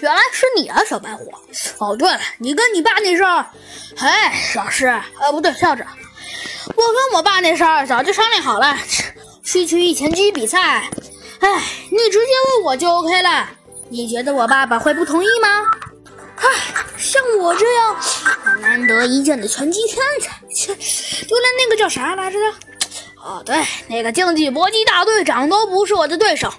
原来是你啊，小白虎。哦，对了，你跟你爸那事儿，老师，不对，校长，我跟我爸那事儿早就商量好了，区域拳击比赛。你直接问我就 OK 了。你觉得我爸爸会不同意吗？像我这样难得一见的拳击天才，就连那个叫啥来着的？哦，对，那个竞技搏击大队长都不是我的对手。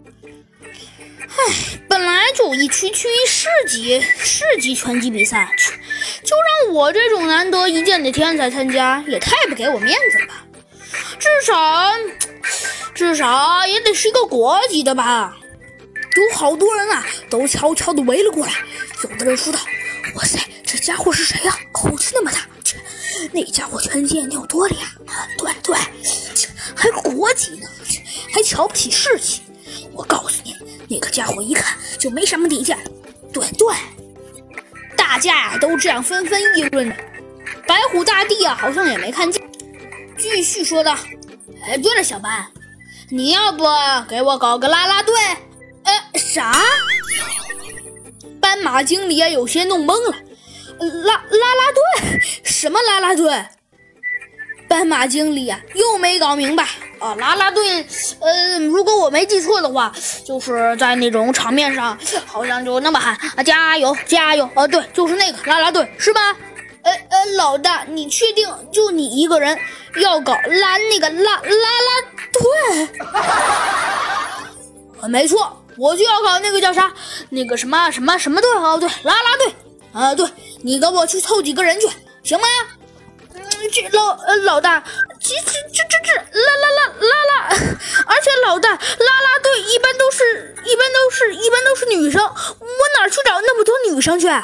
本来就一区市级拳击比赛，就让我这种难得一见的天才参加，也太不给我面子了吧？至少也得是一个国级的吧？有好多人啊，都悄悄地围了过来。有的人说道：“哇塞，这家伙是谁呀？口气那么大，那家伙拳击有多厉害啊？对，还国级呢，还瞧不起士气。我告诉你，那个家伙一看就没什么底线。对，大家都这样纷纷议论的。白虎大帝啊，好像也没看见，继续说道：“对了，小班，你要不给我搞个啦啦队？”啥？斑马经理也有些弄懵了。啦啦队？什么啦啦队？斑马经理啊，又没搞明白。啦啦队，如果我没记错的话，就是在那种场面上，好像就那么喊加油加油。对，就是那个啦啦队，是吧？老大，你确定就你一个人要搞那个啦队？没错，我就要搞那个叫啥，那个什么队？哦，对，啦啦队。对，你跟我去凑几个人去，行吗？老大，这啦，而且老大，啦啦队一般都是女生，我哪去找那么多女生去？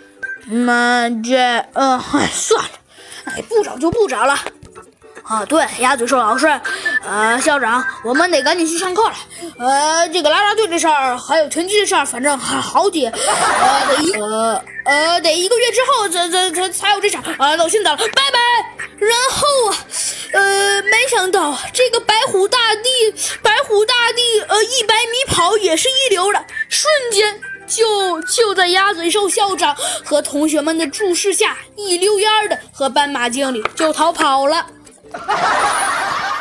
算了，不找就不找了。对，鸭嘴兽老师，校长，我们得赶紧去上课了。这个啦啦队的事儿，还有拳击的事儿，反正好几，得1个月之后才有这场。那我先走了，拜拜。然后没想到这个白虎大帝100米跑也是一流的，瞬间就在鸭嘴兽校长和同学们的注视下，一溜烟的和斑马经理就逃跑了。